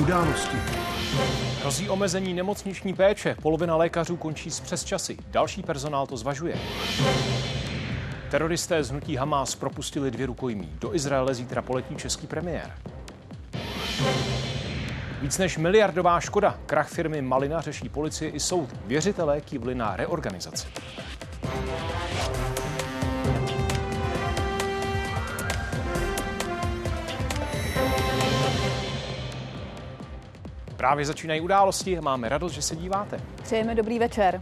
události. Hrozí omezení nemocniční péče, polovina lékařů končí s přesčasy, další personál to zvažuje. Teroristé z hnutí Hamás propustili 2 rukojmí. Do Izraele zítra poletí český premiér. Víc než miliardová škoda. Krach firmy Malina řeší policie i soud. Věřitelé kývli na reorganizaci. Právě začínají události a máme radost, že se díváte. Přejeme dobrý večer.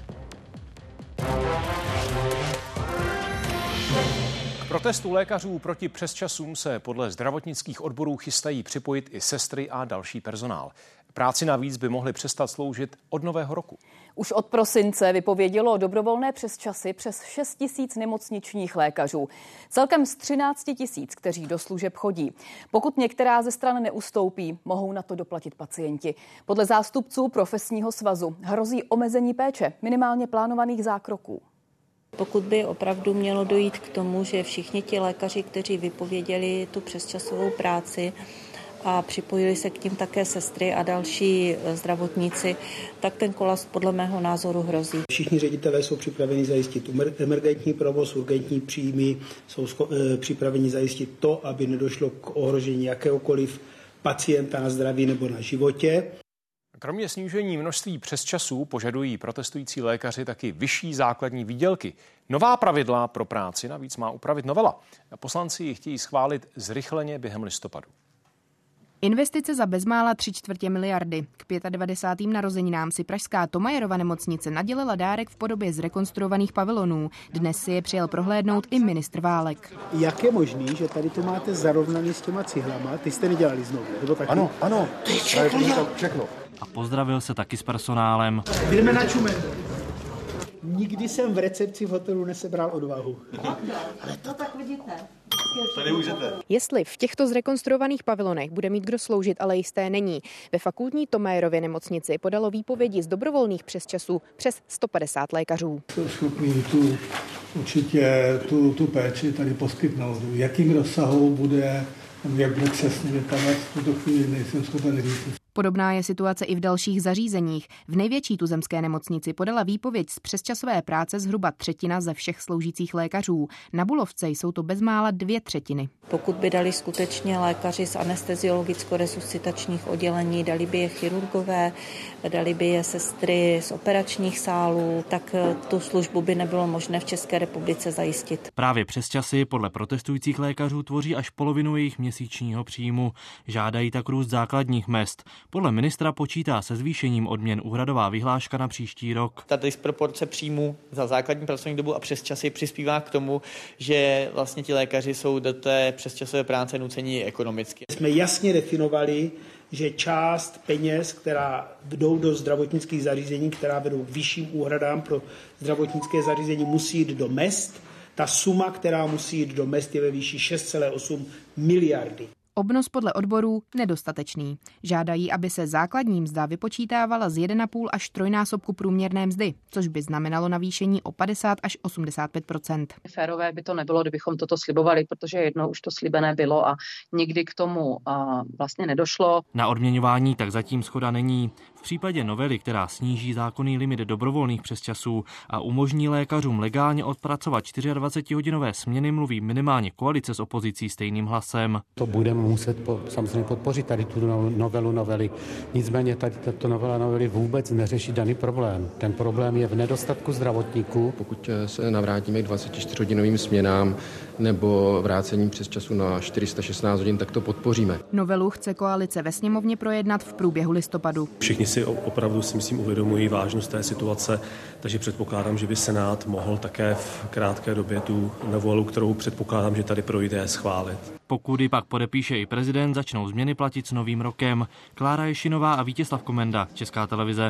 K protestu lékařů proti přesčasům se podle zdravotnických odborů chystají připojit i sestry a další personál. Práci navíc by mohli přestat sloužit od nového roku. Už od prosince vypovědělo dobrovolné přesčasy přes 6 000 nemocničních lékařů. Celkem z 13 000, kteří do služeb chodí. Pokud některá ze stran neustoupí, mohou na to doplatit pacienti. Podle zástupců profesního svazu hrozí omezení péče, minimálně plánovaných zákroků. Pokud by opravdu mělo dojít k tomu, že všichni ti lékaři, kteří vypověděli tu přesčasovou práci a připojili se k tím také sestry a další zdravotníci, tak ten kolaps podle mého názoru hrozí. Všichni ředitelé jsou připraveni zajistit emergentní provoz, urgentní příjmy, jsou připraveni zajistit to, aby nedošlo k ohrožení jakéhokoliv pacienta na zdraví nebo na životě. Kromě snížení množství přesčasů požadují protestující lékaři taky vyšší základní výdělky. Nová pravidla pro práci navíc má upravit novela. Poslanci ji chtějí schválit zrychleně během listopadu. Investice za bezmála 3/4 miliardy. K 95. narozeninám si pražská Thomayerova nemocnice nadělila dárek v podobě zrekonstruovaných pavilonů. Dnes si je přijel prohlédnout i ministr Válek. Jak je možný, že tady to máte zarovnaný s těma cihlama? Ty jste nedělali znovu, nebo taky? Ano. Všechno. A pozdravil se taky s personálem. Jdeme na čumen. Nikdy jsem v recepci v hotelu nesebral odvahu. Ale to tak vidíte. Jestli v těchto zrekonstruovaných pavilonech bude mít kdo sloužit, ale jisté není. Ve fakultní Thomayerově nemocnici podalo výpovědi z dobrovolných přesčasů přes 150 lékařů. Jsou schopni tu péči tady poskytnout. V jakým rozsahu bude, jak bude přesně, tam v tuto chvíli nejsem schopen říct. Podobná je situace i v dalších zařízeních. V největší tuzemské nemocnici podala výpověď z přesčasové práce zhruba 1/3 ze všech sloužících lékařů. Na Bulovce jsou to bezmála 2/3. Pokud by dali skutečně lékaři z anesteziologicko-resuscitačních oddělení, dali by je chirurgové, dali by je sestry z operačních sálů, tak tu službu by nebylo možné v České republice zajistit. Právě přesčasy podle protestujících lékařů tvoří až polovinu jejich měsíčního příjmu. Žádají tak růst základních mezd. Podle ministra počítá se zvýšením odměn úhradová vyhláška na příští rok. Ta disproporce příjmů za základní pracovní dobu a přesčasy přispívá k tomu, že vlastně ti lékaři jsou do té přesčasové práce nuceni ekonomicky. Jsme jasně definovali, že část peněz, která jdou do zdravotnických zařízení, která vedou k vyšším úhradám pro zdravotnické zařízení, musí jít do mezd. Ta suma, která musí jít do mezd, je ve výši 6,8 miliardy. Obnos podle odborů nedostatečný. Žádají, aby se základní mzda vypočítávala z 1,5 až 3násobku průměrné mzdy, což by znamenalo navýšení o 50 až 85%. Férové by to nebylo, kdybychom toto slibovali, protože jednou už to slibené bylo a nikdy k tomu vlastně nedošlo. Na odměňování tak zatím shoda není. V případě novely, která sníží zákonný limit dobrovolných přesčasů a umožní lékařům legálně odpracovat 24hodinové směny, mluví minimálně koalice s opozicí stejným hlasem. To budeme muset samozřejmě podpořit tady tu novely. Nicméně tady tato novely vůbec neřeší daný problém. Ten problém je v nedostatku zdravotníků. Pokud se navrátíme k 24hodinovým směnám nebo vrácení přes času na 416 hodin, tak to podpoříme. Novelu chce koalice ve sněmovně projednat v průběhu listopadu. Všichni si opravdu si myslím uvědomují vážnost té situace, takže předpokládám, že by Senát mohl také v krátké době tu novelu, kterou předpokládám, že tady projde, schválit. Pokud ji pak podepíše i prezident, začnou změny platit s novým rokem. Klára Ješinová a Vítězslav Komenda, Česká televize.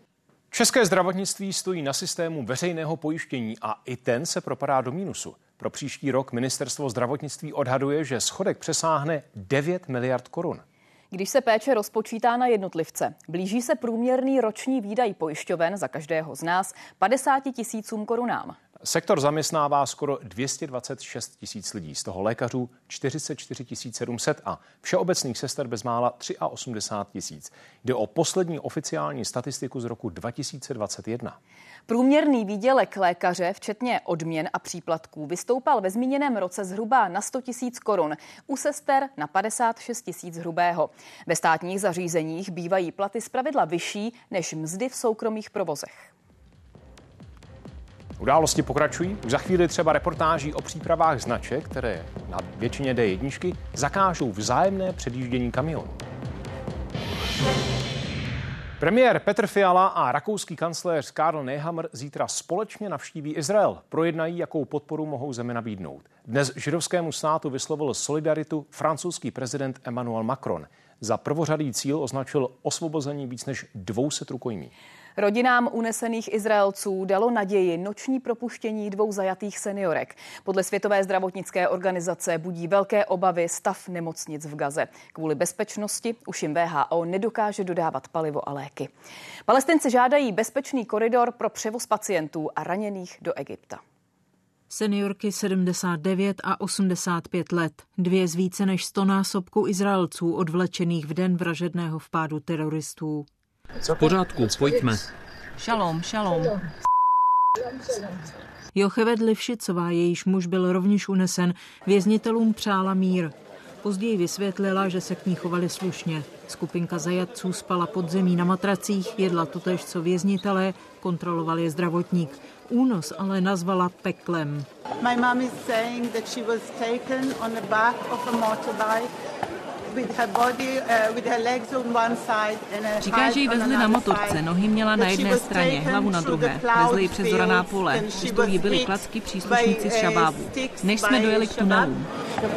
České zdravotnictví stojí na systému veřejného pojištění a i ten se propadá do mínusu. Pro příští rok ministerstvo zdravotnictví odhaduje, že schodek přesáhne 9 miliard korun. Když se péče rozpočítá na jednotlivce, blíží se průměrný roční výdaj pojišťoven za každého z nás 50 000 korunám. Sektor zaměstnává skoro 226 tisíc lidí, z toho lékařů 44 700 a všeobecných sester bezmála 83 tisíc. Jde o poslední oficiální statistiku z roku 2021. Průměrný výdělek lékaře, včetně odměn a příplatků, vystoupal ve zmíněném roce zhruba na 100 tisíc korun, u sester na 56 tisíc hrubého. Ve státních zařízeních bývají platy zpravidla vyšší než mzdy v soukromých provozech. Události pokračují. Už za chvíli třeba reportáží o přípravách značek, které na většině D1 zakážou vzájemné předjíždění kamionů. Premiér Petr Fiala a rakouský kancléř Karl Nehammer zítra společně navštíví Izrael. Projednají, jakou podporu mohou zemi nabídnout. Dnes židovskému státu vyslovil solidaritu francouzský prezident Emmanuel Macron. Za prvořadý cíl označil osvobození víc než 200 rukojmí. Rodinám unesených Izraelců dalo naději noční propuštění 2 zajatých seniorek. Podle Světové zdravotnické organizace budí velké obavy stav nemocnic v Gaze. Kvůli bezpečnosti už jim WHO nedokáže dodávat palivo a léky. Palestinci žádají bezpečný koridor pro převoz pacientů a raněných do Egypta. Seniorky 79 a 85 let, 2 z více než 100 násobků Izraelců odvlečených v den vražedného vpádu teroristů. V pořádku, pojďme. Šalom, šalom. Jocheved Livšicová, jejíž muž byl rovněž unesen, věznitelům přála mír. Později vysvětlila, že se k ní chovali slušně. Skupinka zajatců spala pod zemí na matracích, jedla totéž co věznitelé, kontroloval je zdravotník. Únos ale nazvala peklem. My mom is saying that she was taken on the back of a motorbike. Říká, že ji vezli na motorce, nohy měla na jedné straně, hlavu na druhé. Vezli ji přes zoraná pole, přesto jí byli klacky příslušníci z Šabábu. Než jsme dojeli k tunelům.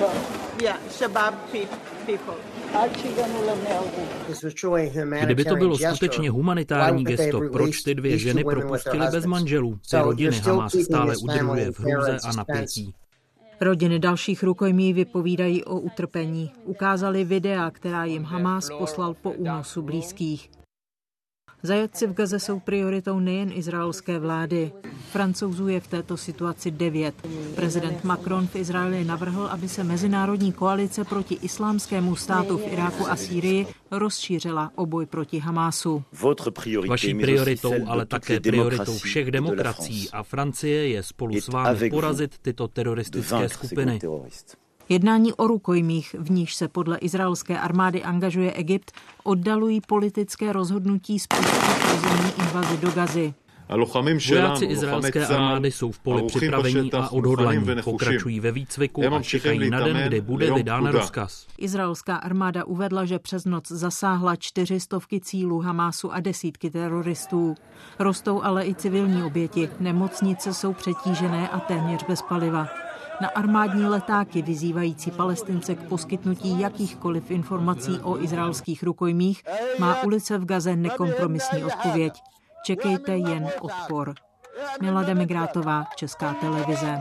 Kdyby to bylo skutečně humanitární gesto, proč ty 2 ženy propustili bez manželů? Ty rodiny Hamas stále udržuje v hrůze a napětí. Rodiny dalších rukojmí vypovídají o utrpení. Ukázali videa, která jim Hamás poslal po únosu blízkých. Zajatci v Gaze jsou prioritou nejen izraelské vlády. Francouzů je v této situaci 9. Prezident Macron v Izraeli navrhl, aby se mezinárodní koalice proti islámskému státu v Iráku a Sýrii rozšířila o boj proti Hamásu. Vaší prioritou, ale také prioritou všech demokracií a Francie je spolu s vámi porazit tyto teroristické skupiny. Jednání o rukojmích, v níž se podle izraelské armády angažuje Egypt, oddalují politické rozhodnutí spustit územní invazi do Gazy. Vojáci izraelské armády jsou v poli připravení a odhodlaní, pokračují ve výcviku a čekají na den, kdy bude vydán rozkaz. Izraelská armáda uvedla, že přes noc zasáhla 400 cílů Hamásu a desítky teroristů. Rostou ale i civilní oběti, nemocnice jsou přetížené a téměř bez paliva. Na armádní letáky vyzývající Palestince k poskytnutí jakýchkoliv informací o izraelských rukojmích má ulice v Gaze nekompromisní odpověď. Čekejte jen odpor. Milada Migrátová, Česká televize.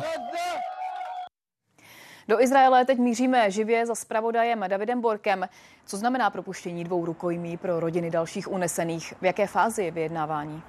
Do Izraele teď míříme živě za zpravodajem Davidem Borkem. Co znamená propuštění 2 rukojmí pro rodiny dalších unesených? V jaké fázi je vyjednávání?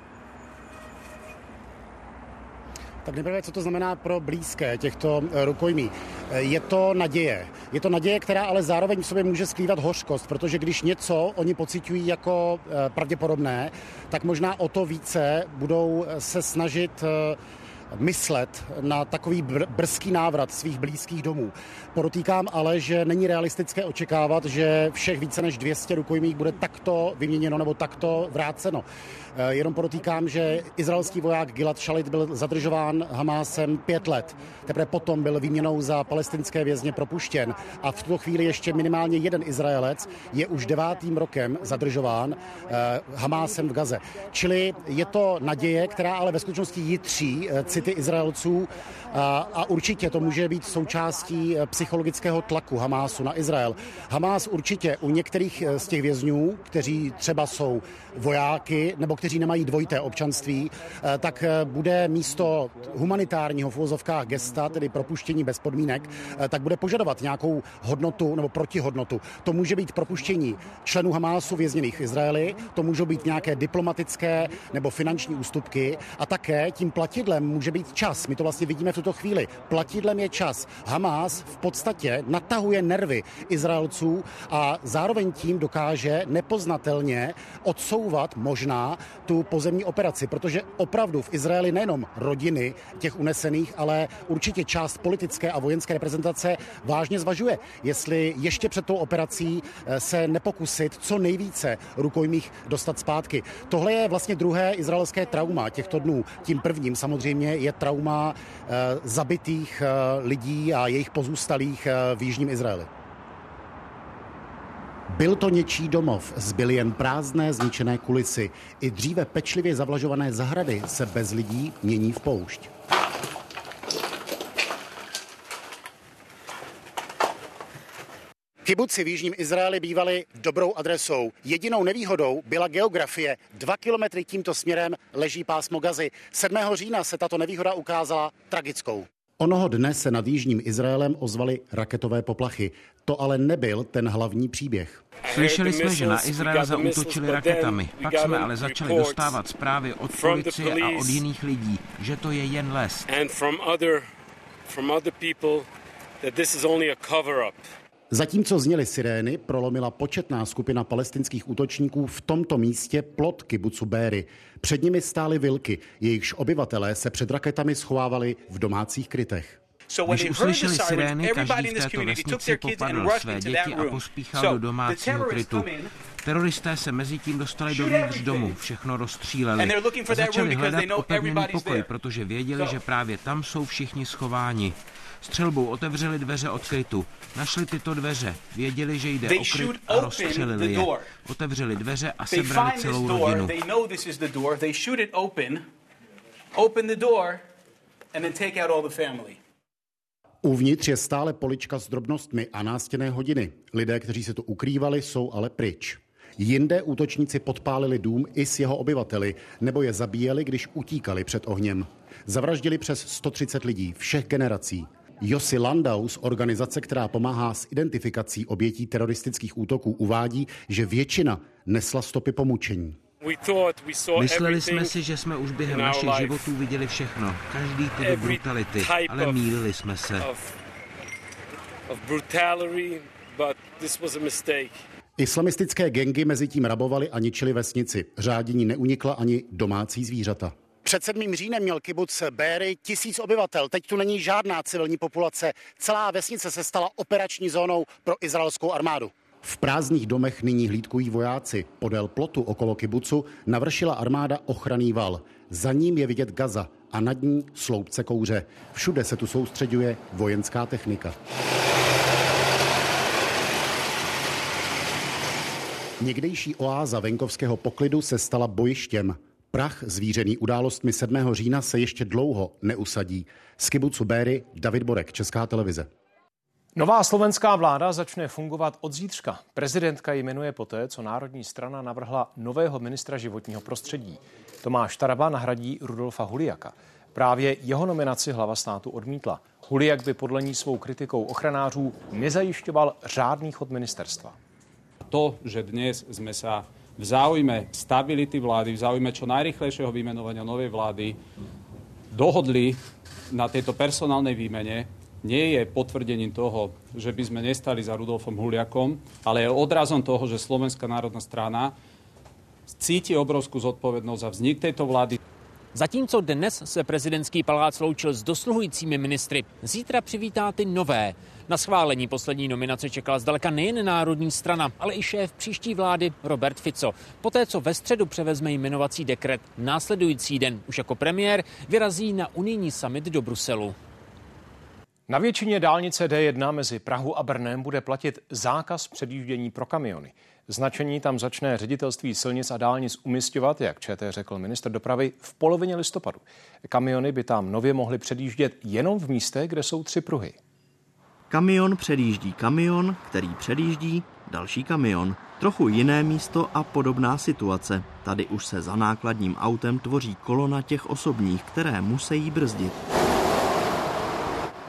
Tak nejprve, co to znamená pro blízké těchto rukojmí. Je to naděje. Je to naděje, která ale zároveň v sobě může skrývat hořkost, protože když něco oni pociťují jako pravděpodobné, tak možná o to více budou se snažit myslet na takový brzký návrat svých blízkých domů. Podotýkám ale, že není realistické očekávat, že všech více než 200 rukojmích bude takto vyměněno nebo takto vráceno. Jenom podotýkám, že izraelský voják Gilad Shalit byl zadržován Hamásem 5 let. Teprve potom byl výměnou za palestinské vězně propuštěn a v tuto chvíli ještě minimálně 1 Izraelec je už 9. rokem zadržován Hamásem v Gaze. Čili je to naděje, která ale ve skutečnosti jitří city Izraelců a určitě to může být součástí psychologického tlaku Hamásu na Izrael. Hamás určitě u některých z těch vězňů, kteří třeba jsou vojáky nebo kteří nemají dvojité občanství, tak bude místo humanitárního v uvozovkách gesta, tedy propuštění bez podmínek, tak bude požadovat nějakou hodnotu nebo protihodnotu. To může být propuštění členů Hamásu vězněných v Izraeli, to můžou být nějaké diplomatické nebo finanční ústupky a také tím platidlem může může být čas. My to vlastně vidíme v tuto chvíli. Platidlem je čas. Hamas v podstatě natahuje nervy Izraelců a zároveň tím dokáže nepoznatelně odsouvat možná tu pozemní operaci, protože opravdu v Izraeli nejenom rodiny těch unesených, ale určitě část politické a vojenské reprezentace vážně zvažuje, jestli ještě před tou operací se nepokusit co nejvíce rukojmích dostat zpátky. Tohle je vlastně druhé izraelské trauma těchto dnů. Tím prvním samozřejmě je trauma zabitých lidí a jejich pozůstalých v jižním Izraeli. Byl to něčí domov, zbyly jen prázdné zničené kulisy. I dříve pečlivě zavlažované zahrady se bez lidí mění v poušť. Kibuci v jižním Izraeli bývaly dobrou adresou. Jedinou nevýhodou byla geografie. 2 kilometry tímto směrem leží pásmo Gazy. 7. října se tato nevýhoda ukázala tragickou. Onoho dne se nad jižním Izraelem ozvaly raketové poplachy. To ale nebyl ten hlavní příběh. Slyšeli jsme, že na Izrael zaútočili raketami. Pak jsme ale začali dostávat zprávy od policie a od jiných lidí, že to je jen les. Zatímco zněly sirény, prolomila početná skupina palestinských útočníků v tomto místě plot kibucu Béry. Před nimi stály vilky, jejichž obyvatelé se před raketami schovávali v domácích krytech. Když uslyšeli sirény, každý v této vesnici popadl své děti a pospíchal do domácího krytu. Teroristé se mezi tím dostali dovnitř domu, všechno rozstříleli a začali hledat opevněný pokoj, protože věděli, že právě tam jsou všichni schováni. Střelbou otevřeli dveře od krytu. Našli tyto dveře, věděli, že jde o kryt a rozstřelili je. Otevřeli dveře a sebrali celou rodinu. Uvnitř je stále polička s drobnostmi a nástěnné hodiny. Lidé, kteří se tu ukrývali, jsou ale pryč. Jinde útočníci podpálili dům i s jeho obyvateli, nebo je zabíjeli, když utíkali před ohněm. Zavraždili přes 130 lidí, všech generací. Jussi Landau z organizace, která pomáhá s identifikací obětí teroristických útoků, uvádí, že většina nesla stopy po mučení. Mysleli jsme si, že jsme už během našich životů viděli všechno, každý typ brutality, ale mýlili jsme se. Islamistické gangy mezi tím rabovaly a ničili vesnici. Řádění neunikla ani domácí zvířata. Před 7. říjnem měl kibuc Béry 1000 obyvatel. Teď tu není žádná civilní populace. Celá vesnice se stala operační zónou pro izraelskou armádu. V prázdných domech nyní hlídkují vojáci. Podél plotu okolo kibucu navršila armáda ochranný val. Za ním je vidět Gaza a nad ní sloupce kouře. Všude se tu soustřeďuje vojenská technika. Někdejší oáza venkovského poklidu se stala bojištěm. Prach zvířený událostmi 7. října se ještě dlouho neusadí. Z kibucu Béry David Borek, Česká televize. Nová slovenská vláda začne fungovat od zítřka. Prezidentka ji jmenuje poté, co Národní strana navrhla nového ministra životního prostředí. Tomáš Taraba nahradí Rudolfa Huliaka. Právě jeho nominaci hlava státu odmítla. Huliak by podle ní svou kritikou ochranářů nezajišťoval řádný chod ministerstva. To, že dnes sme sa v záujme stability vlády, v záujme čo najrýchlejšieho vymenovania novej vlády dohodli na tejto personálnej výmene, nie je potvrdením toho, že by sme nestali za Rudolfom Huliakom, ale je odrazom toho, že Slovenská národná strana cíti obrovskú zodpovednosť za vznik tejto vlády. Zatímco dnes se prezidentský palác sloučil s dosluhujícími ministry, zítra přivítá ty nové. Na schválení poslední nominace čekala zdaleka nejen Národní strana, ale i šéf příští vlády Robert Fico. Poté, co ve středu převezme jmenovací dekret, následující den už jako premiér vyrazí na unijní summit do Bruselu. Na většině dálnice D1 mezi Prahou a Brnem bude platit zákaz předjíždění pro kamiony. Značení tam začne Ředitelství silnic a dálnic umisťovat, jak ČT řekl ministr dopravy, v polovině listopadu. Kamiony by tam nově mohly předjíždět jenom v místech, kde jsou 3 pruhy. Kamion předjíždí kamion, který předjíždí další kamion. Trochu jiné místo a podobná situace. Tady už se za nákladním autem tvoří kolona těch osobních, které musí brzdit.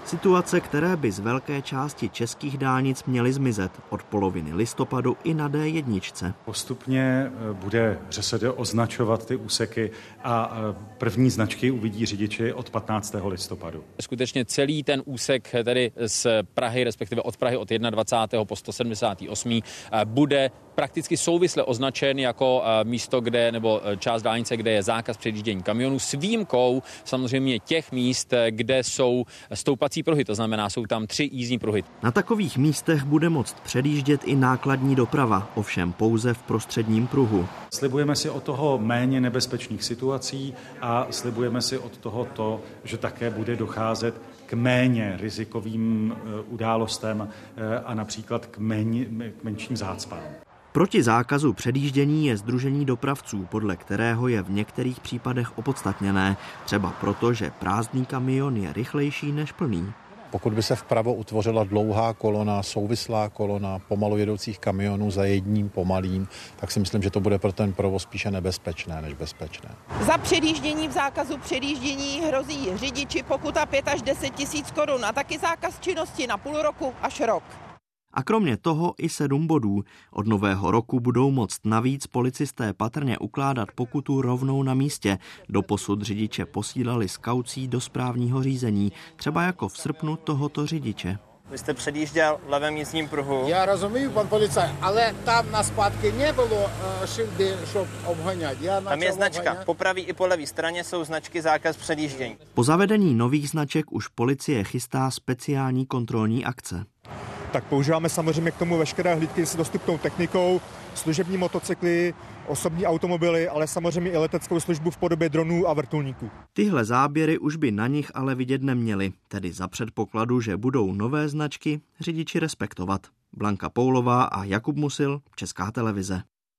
Situace, které by z velké části českých dálnic měly zmizet od poloviny listopadu i na D1. Postupně bude ŘSD označovat ty úseky a první značky uvidí řidiči od 15. listopadu. Skutečně celý ten úsek tedy z Prahy, respektive od Prahy od 21. po 178. bude prakticky souvisle označen jako místo, kde, nebo část dálnice, kde je zákaz předjíždění kamionů, s výjimkou samozřejmě těch míst, kde jsou stoupací pruhy, to znamená, jsou tam 3 jízdní pruhy. Na takových místech bude moct předjíždět i nákladní doprava, ovšem pouze v prostředním pruhu. Slibujeme si od toho méně nebezpečných situací a slibujeme si od toho to, že také bude docházet k méně rizikovým událostem a například k menším zácpám. Proti zákazu předjíždění je sdružení dopravců, podle kterého je v některých případech opodstatněné, třeba proto, že prázdný kamion je rychlejší než plný. Pokud by se vpravo utvořila dlouhá kolona, souvislá kolona pomalu jedoucích kamionů za jedním pomalým, tak si myslím, že to bude pro ten provoz spíše nebezpečné než bezpečné. Za předjíždění v zákazu předjíždění hrozí řidiči pokuta 5 až 10 tisíc korun a taky zákaz činnosti na půl roku až rok. A kromě toho i 7 bodů. Od nového roku budou moct navíc policisté patrně ukládat pokutu rovnou na místě. Doposud řidiče posílali s kaucí do správního řízení, třeba jako v srpnu tohoto řidiče. Vy jste předjížděl v levém jízdním pruhu. Já rozumím, pan policaj, ale tam na zpátky nebylo šildy, šob obhoňat. Tam je značka. Po pravé i po levé straně jsou značky zákaz předjíždění. Po zavedení nových značek už policie chystá speciální kontrolní akce. Tak používáme samozřejmě k tomu veškeré hlídky s dostupnou technikou, služební motocykly, osobní automobily, ale samozřejmě i leteckou službu v podobě dronů a vrtulníků. Tyhle záběry už by na nich ale vidět neměli, tedy za předpokladu, že budou nové značky řidiči respektovat. Blanka Poulová a Jakub Musil, Česká televize.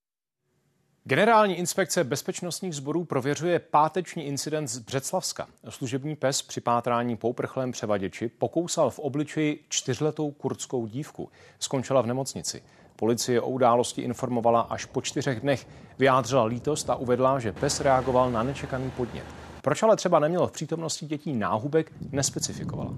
Generální inspekce bezpečnostních sborů prověřuje páteční incident z Břeclavska. Služební pes při pátrání po uprchlém převaděči pokousal v obličeji 4letou kurdskou dívku. Skončila v nemocnici. Policie o události informovala až po 4 dnech. Vyjádřila lítost a uvedla, že pes reagoval na nečekaný podnět. Proč ale třeba neměl v přítomnosti dětí náhubek, nespecifikovala.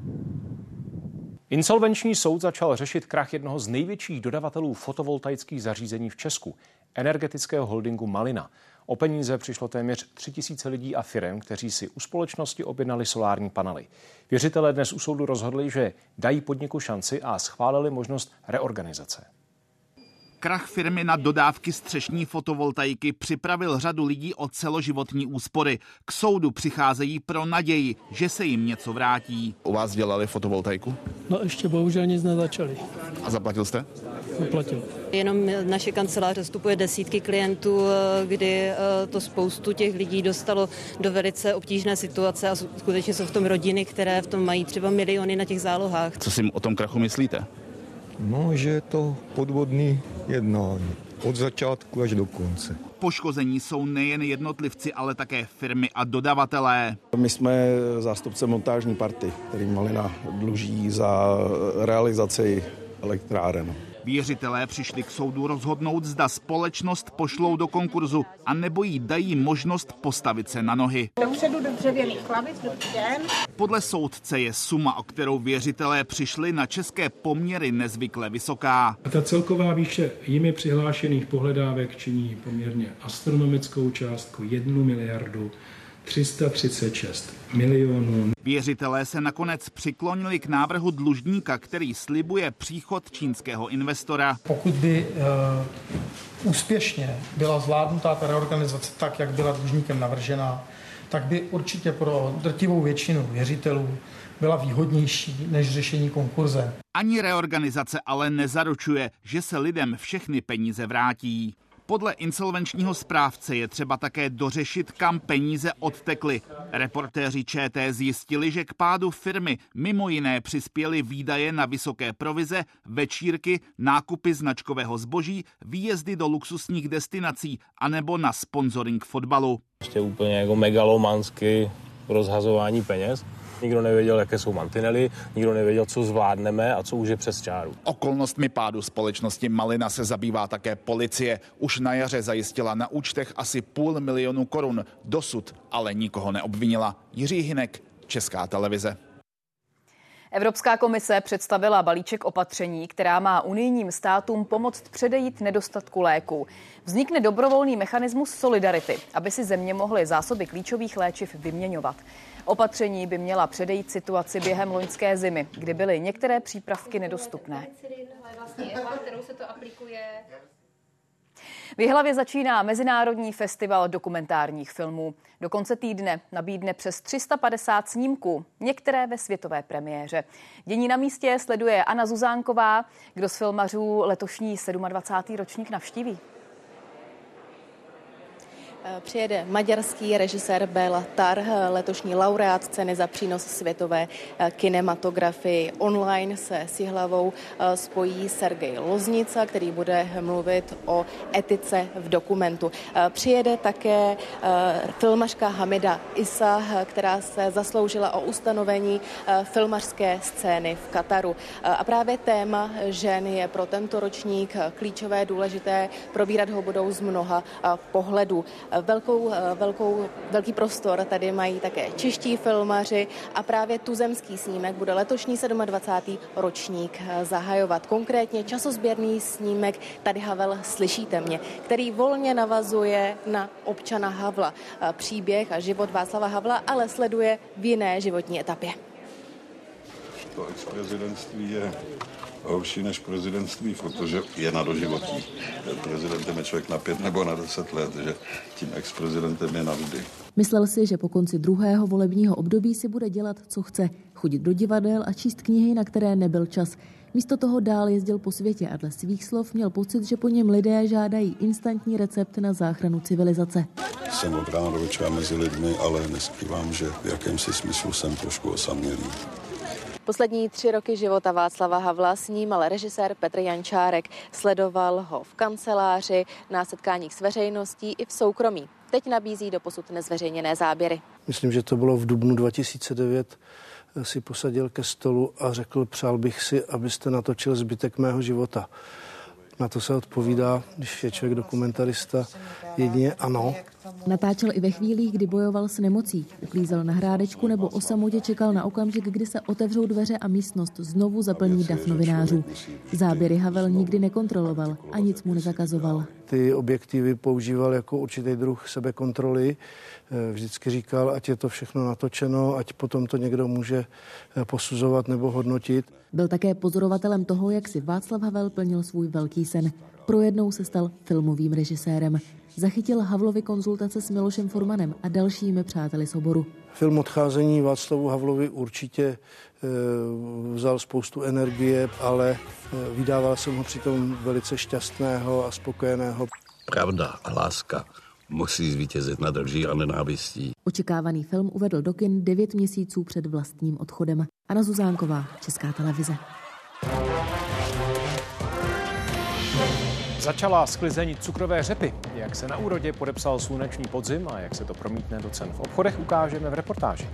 Insolvenční soud začal řešit krach jednoho z největších dodavatelů fotovoltaických zařízení v Česku, energetického holdingu Malina. O peníze přišlo téměř 3000 lidí a firem, kteří si u společnosti objednali solární panely. Věřitelé dnes u soudu rozhodli, že dají podniku šanci a schválili možnost reorganizace. Krach firmy na dodávky střešní fotovoltaiky připravil řadu lidí o celoživotní úspory. K soudu přicházejí pro naději, že se jim něco vrátí. U vás dělali fotovoltaiku? No ještě bohužel nic nezačali. A zaplatil jste? Zaplatil. Jenom naše kanceláře vstupuje desítky klientů, kdy to spoustu těch lidí dostalo do velice obtížné situace a skutečně jsou v tom rodiny, které v tom mají třeba miliony na těch zálohách. Co si o tom krachu myslíte? No, že je to podvodný jednání. Od začátku až do konce. Poškození jsou nejen jednotlivci, ale také firmy a dodavatelé. My jsme zástupce montážní party, který Malina dluží za realizaci elektráren. Věřitelé přišli k soudu rozhodnout, zda společnost pošlou do konkurzu a nebo jí dají možnost postavit se na nohy. Dopředu do dřevěných lavic, do stěn. Podle soudce je suma, o kterou věřitelé přišli, na české poměry nezvykle vysoká. A ta celková výše jimi přihlášených pohledávek činí poměrně astronomickou částku 1 miliardu 336 milionů. Věřitelé se nakonec přiklonili k návrhu dlužníka, který slibuje příchod čínského investora. Pokud by úspěšně byla zvládnutá ta reorganizace tak, jak byla dlužníkem navržena, tak by určitě pro drtivou většinu věřitelů byla výhodnější než řešení konkurze. Ani reorganizace ale nezaručuje, že se lidem všechny peníze vrátí. Podle insolvenčního správce je třeba také dořešit, kam peníze odtekly. Reportéři ČT zjistili, že k pádu firmy mimo jiné přispěly výdaje na vysoké provize, večírky, nákupy značkového zboží, výjezdy do luxusních destinací anebo na sponsoring fotbalu. Ještě úplně jako megalomansky rozhazování peněz. Nikdo nevěděl, jaké jsou mantinely, nikdo nevěděl, co zvládneme a co už je přes čáru. Okolnostmi pádu společnosti Malina se zabývá také policie. Už na jaře zajistila na účtech asi 500 000 korun. Dosud ale nikoho neobvinila. Jiří Hynek, Česká televize. Evropská komise představila balíček opatření, která má unijním státům pomoct předejít nedostatku léků. Vznikne dobrovolný mechanismus solidarity, aby si země mohly zásoby klíčových léčiv vyměňovat. Opatření by měla předejít situaci během loňské zimy, kdy byly některé přípravky nedostupné. V Jihlavě začíná Mezinárodní festival dokumentárních filmů. Do konce týdne nabídne přes 350 snímků, některé ve světové premiéře. Dění na místě sleduje Anna Zuzánková, kdo z filmařů letošní 27. ročník navštíví. Přijede maďarský režisér Béla Tar, letošní laureát ceny za přínos světové kinematografii. Online se s Jihlavou spojí Sergej Loznica, který bude mluvit o etice v dokumentu. Přijede také filmařka Hamida Isa, která se zasloužila o ustanovení filmařské scény v Kataru. A právě téma žen je pro tento ročník klíčové, důležité. Probírat ho budou z mnoha pohledů. Velký prostor tady mají také čeští filmaři a právě tuzemský snímek bude letošní 27. ročník zahajovat. Konkrétně časozběrný snímek Tady Havel, slyšíte mě, který volně navazuje na občana Havla. Příběh a život Václava Havla ale sleduje v jiné životní etapě. To ex-prezidentství je horší než prezidentství, protože je na doživotí. Prezidentem je člověk na 5 nebo na 10 let, že tím ex-prezidentem je navždy. Myslel si, že po konci druhého volebního období si bude dělat, co chce. Chodit do divadel a číst knihy, na které nebyl čas. Místo toho dál jezdil po světě a dle svých slov měl pocit, že po něm lidé žádají instantní recept na záchranu civilizace. Jsem od rána do večera mezi lidmi, ale neskrývám, že v jakémsi smyslu jsem trošku osamělý. Poslední 3 roky života Václava Havla snímal režisér Petr Jančárek. Sledoval ho v kanceláři, na setkáních s veřejností i v soukromí. Teď nabízí doposud nezveřejněné záběry. Myslím, že to bylo v dubnu 2009. Si posadil ke stolu a řekl, přál bych si, abyste natočil zbytek mého života. Na to se odpovídá, když je člověk dokumentarista, jedině ano. Natáčel i ve chvílích, kdy bojoval s nemocí. Uklízel na hrádečku nebo o samotě čekal na okamžik, kdy se otevřou dveře a místnost znovu zaplní dav novinářů. Záběry Havel nikdy nekontroloval a nic mu nezakazoval. Ty objektivy používal jako určitý druh sebekontroly. Vždycky říkal, ať je to všechno natočeno, ať potom to někdo může posuzovat nebo hodnotit. Byl také pozorovatelem toho, jak si Václav Havel plnil svůj velký sen. Projednou se stal filmovým režisérem. Zachytil Havlovy konzultace s Milošem Formanem a dalšími přáteli z oboru. Film Odcházení Václavu Havlovi určitě vzal spoustu energie, ale vydával jsem ho přitom velice šťastného a spokojeného. Pravda a láska musí zvítězit nad lží a nenávistí. Očekávaný film uvedl do kin 9 měsíců před vlastním odchodem. Anna Zuzánková, Česká televize. Začala sklizeň cukrové řepy. Jak se na úrodě podepsal slunečný podzim a jak se to promítne do cen v obchodech, ukážeme v reportáži.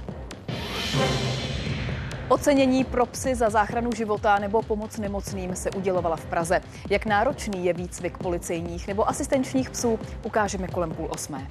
Ocenění pro psy za záchranu života nebo pomoc nemocným se udělovala v Praze. Jak náročný je výcvik policejních nebo asistenčních psů, ukážeme kolem 7:30.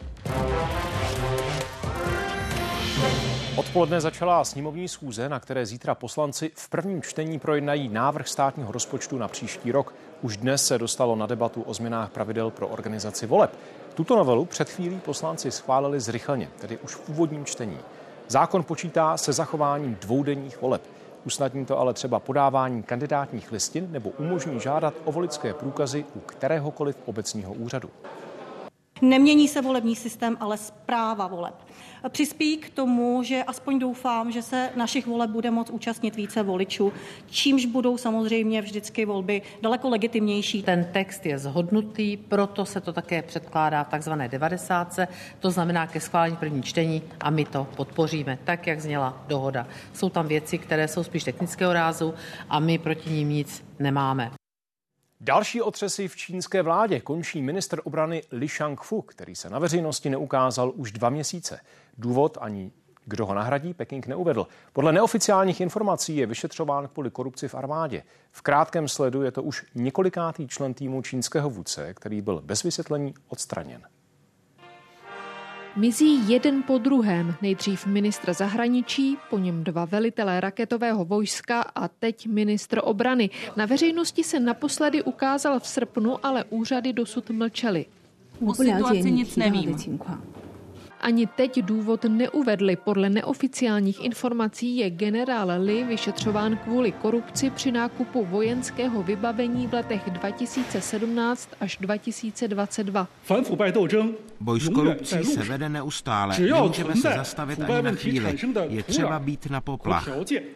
Odpoledne začala sněmovní schůze, na které zítra poslanci v prvním čtení projednají návrh státního rozpočtu na příští rok. Už dnes se dostalo na debatu o změnách pravidel pro organizaci voleb. Tuto novelu před chvílí poslanci schválili zrychleně, tedy už v úvodním čtení. Zákon počítá se zachováním dvoudenních voleb. Usnadní to ale třeba podávání kandidátních listin nebo umožní žádat o voličské průkazy u kteréhokoliv obecního úřadu. Nemění se volební systém, ale správa voleb. Přispějí k tomu, že aspoň doufám, že se našich voleb bude moct účastnit více voličů, čímž budou samozřejmě vždycky volby daleko legitimnější. Ten text je shodnutý, proto se to také předkládá v takzvané 90, to znamená ke schválení první čtení a my to podpoříme, tak jak zněla dohoda. Jsou tam věci, které jsou spíš technického rázu a my proti nim nic nemáme. Další otřesy v čínské vládě končí ministr obrany Li Shangfu, který se na veřejnosti neukázal už 2 měsíce. Důvod ani kdo ho nahradí, Peking neuvedl. Podle neoficiálních informací je vyšetřován kvůli korupci v armádě. V krátkém sledu je to už několikátý člen týmu čínského vůdce, který byl bez vysvětlení odstraněn. Mizí jeden po druhém, nejdřív ministr zahraničí, po něm 2 velitelé raketového vojska a teď ministr obrany. Na veřejnosti se naposledy ukázal v srpnu, ale úřady dosud mlčely. O situaci nic nevím. Ani teď důvod neuvedli. Podle neoficiálních informací je generál Li vyšetřován kvůli korupci při nákupu vojenského vybavení v letech 2017 až 2022. Boj s korupcí se vede neustále. Nemůžeme se zastavit ani na chvíli. Je třeba být na poplach.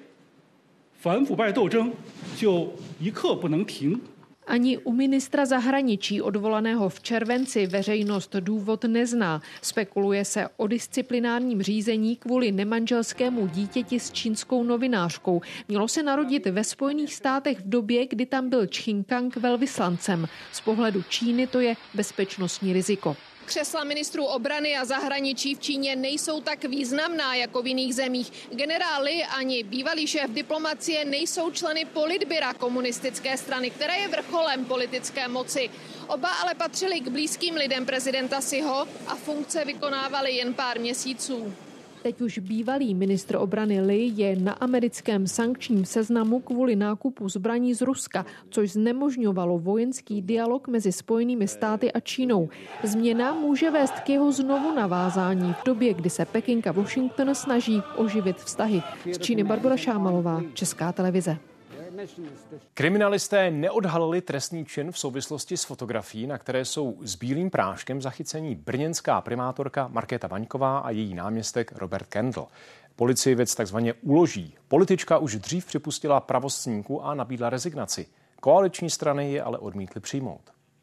Ani u ministra zahraničí odvolaného v červenci veřejnost důvod nezná. Spekuluje se o disciplinárním řízení kvůli nemanželskému dítěti s čínskou novinářkou. Mělo se narodit ve Spojených státech v době, kdy tam byl Čching Kang velvyslancem. Z pohledu Číny to je bezpečnostní riziko. Křesla ministrů obrany a zahraničí v Číně nejsou tak významná jako v jiných zemích. Generál Li ani bývalý šéf diplomacie nejsou členy politbyra komunistické strany, která je vrcholem politické moci. Oba ale patřili k blízkým lidem prezidenta Xiho a funkce vykonávali jen pár měsíců. Teď už bývalý ministr obrany Li je na americkém sankčním seznamu kvůli nákupu zbraní z Ruska, což znemožňovalo vojenský dialog mezi Spojenými státy a Čínou. Změna může vést k jeho znovu navázání v době, kdy se Peking a Washington snaží oživit vztahy. Z Číny Barbora Šámalová, Česká televize. Kriminalisté neodhalili trestný čin v souvislosti s fotografií, na které jsou s bílým práškem zachycení brněnská primátorka Markéta Vaňková a její náměstek Robert Kendall. Policii věc takzvaně uloží. Politička už dřív připustila pravost snímku a nabídla rezignaci. Koaliční strany je ale odmítly přijmout.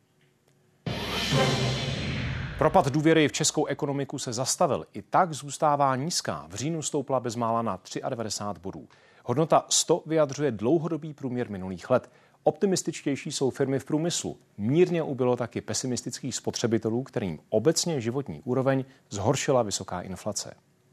Propad důvěry v českou ekonomiku se zastavil. I tak zůstává nízká. V říjnu stoupla bezmála na 93 bodů. Hodnota 100 vyjadřuje dlouhodobý průměr minulých let. Optimističtější jsou firmy v průmyslu. Mírně ubylo taky pesimistických spotřebitelů, kterým obecně životní úroveň zhoršila vysoká inflace.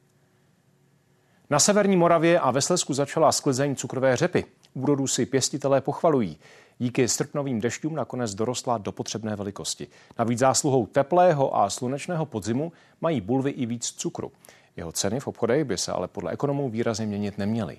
Na severní Moravě a ve Slezsku začala sklizeň cukrové řepy. Úrodu si pěstitelé pochvalují. Díky srpnovým dešťům nakonec dorostla do potřebné velikosti. Navíc zásluhou teplého a slunečného podzimu mají bulvy i víc cukru. Jeho ceny v obchodech by se ale podle ekonomů výrazně měnit neměly.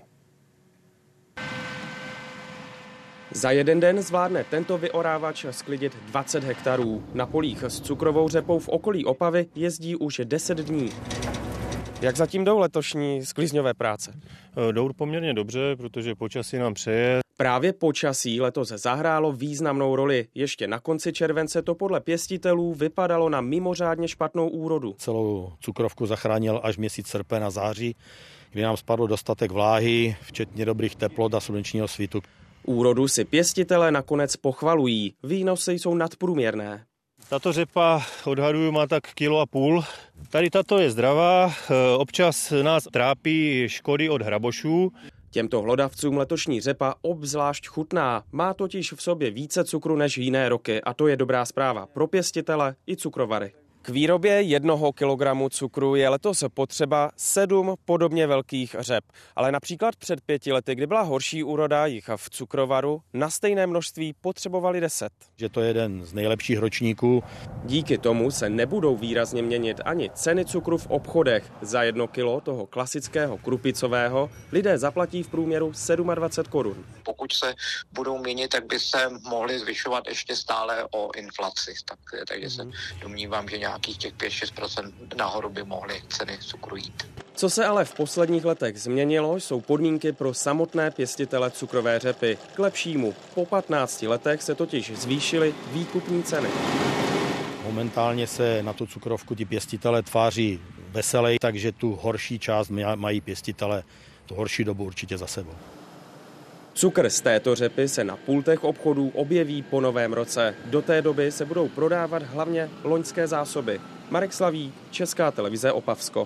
Za jeden den zvládne tento vyorávač sklidit 20 hektarů. Na polích s cukrovou řepou v okolí Opavy jezdí už 10 dní. Jak zatím jdou letošní sklizňové práce? Jdou poměrně dobře, protože počasí nám přeje. Právě počasí letos zahrálo významnou roli. Ještě na konci července to podle pěstitelů vypadalo na mimořádně špatnou úrodu. Celou cukrovku zachránil až měsíc srpen a září, kdy nám spadlo dostatek vláhy, včetně dobrých teplot a slunečního svitu. Úrodu si pěstitelé nakonec pochvalují. Výnosy jsou nadprůměrné. Tato řepa odhaduju má tak 1,5 kg. Tady tato je zdravá, občas nás trápí škody od hrabošů. Těmto hlodavcům letošní řepa obzvlášť chutná. Má totiž v sobě více cukru než jiné roky a to je dobrá zpráva pro pěstitele i cukrovary. K výrobě 1 kilogramu cukru je letos potřeba 7 podobně velkých řep. Ale například před 5 lety, kdy byla horší úroda jich v cukrovaru, na stejné množství potřebovali 10. Že to je jeden z nejlepších ročníků. Díky tomu se nebudou výrazně měnit ani ceny cukru v obchodech. Za 1 kilo toho klasického krupicového lidé zaplatí v průměru 27 korun. Pokud se budou měnit, tak by se mohly zvyšovat ještě stále o inflaci. Takže se domnívám, že nějakých těch 5-6% nahoru by mohly ceny cukru jít. Co se ale v posledních letech změnilo, jsou podmínky pro samotné pěstitele cukrové řepy. K lepšímu. Po 15 letech se totiž zvýšily výkupní ceny. Momentálně se na tu cukrovku ti pěstitele tváří veselej, takže tu horší část mají pěstitele tu horší dobu určitě za sebou. Cukr z této řepy se na pultech obchodů objeví po novém roce. Do té doby se budou prodávat hlavně loňské zásoby. Marek Slavík, Česká televize Opavsko.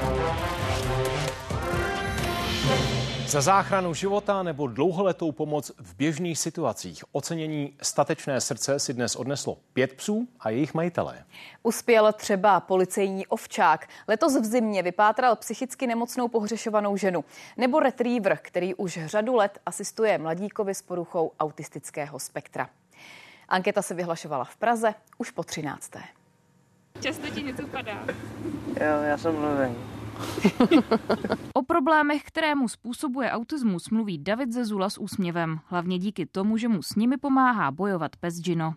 Za záchranu života nebo dlouholetou pomoc v běžných situacích ocenění Statečné srdce si dnes odneslo 5 psů a jejich majitelé. Uspěl třeba policejní ovčák. Letos v zimě vypátral psychicky nemocnou pohřešovanou ženu. Nebo retriever, který už řadu let asistuje mladíkovi s poruchou autistického spektra. Anketa se vyhlašovala v Praze už po 13. Často ti něco padá? Jo, já jsem mluvený. O problémech, které mu způsobuje autismus, mluví David Zezula s úsměvem. Hlavně díky tomu, že mu s nimi pomáhá bojovat pes Gino.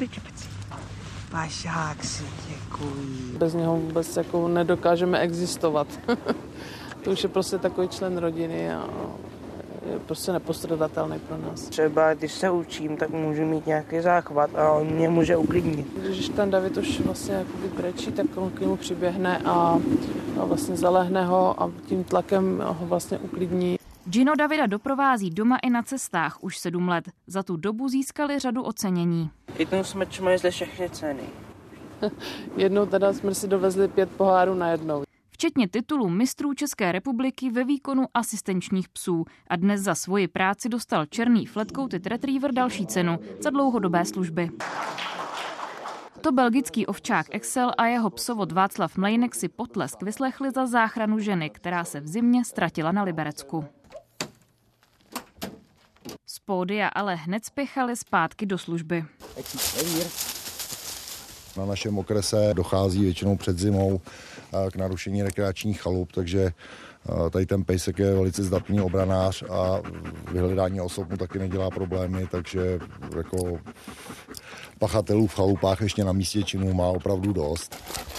Pašák si děkuji. Bez něho vůbec jako nedokážeme existovat. To už je prostě takový člen rodiny a je prostě nepostradatelný pro nás. Třeba když se učím, tak můžu mít nějaký záchvat a on mě může uklidnit. Když ten David už vlastně jakoby brečí, tak on k němu přiběhne a vlastně zalehne ho a tím tlakem ho vlastně uklidní. Gino Davida doprovází doma i na cestách už 7 let. Za tu dobu získali řadu ocenění. Jednou jsme čmajzli všechny ceny. Jednou teda jsme si dovezli 5 pohárů najednou. Včetně titulu mistrů České republiky ve výkonu asistenčních psů. A dnes za svoji práci dostal černý flat-coated retriever další cenu za dlouhodobé služby. To belgický ovčák Excel a jeho psovod Václav Mlejnek si potlesk vyslechli za záchranu ženy, která se v zimě ztratila na Liberecku. Z pódia ale hned spěchali zpátky do služby. Na našem okrese dochází většinou před zimou k narušení rekreačních chalup, takže tady ten pejsek je velice zdatný obranář a vyhledání osob mu taky nedělá problémy, takže jako pachatelů v chalupách ještě na místě činu má opravdu dost.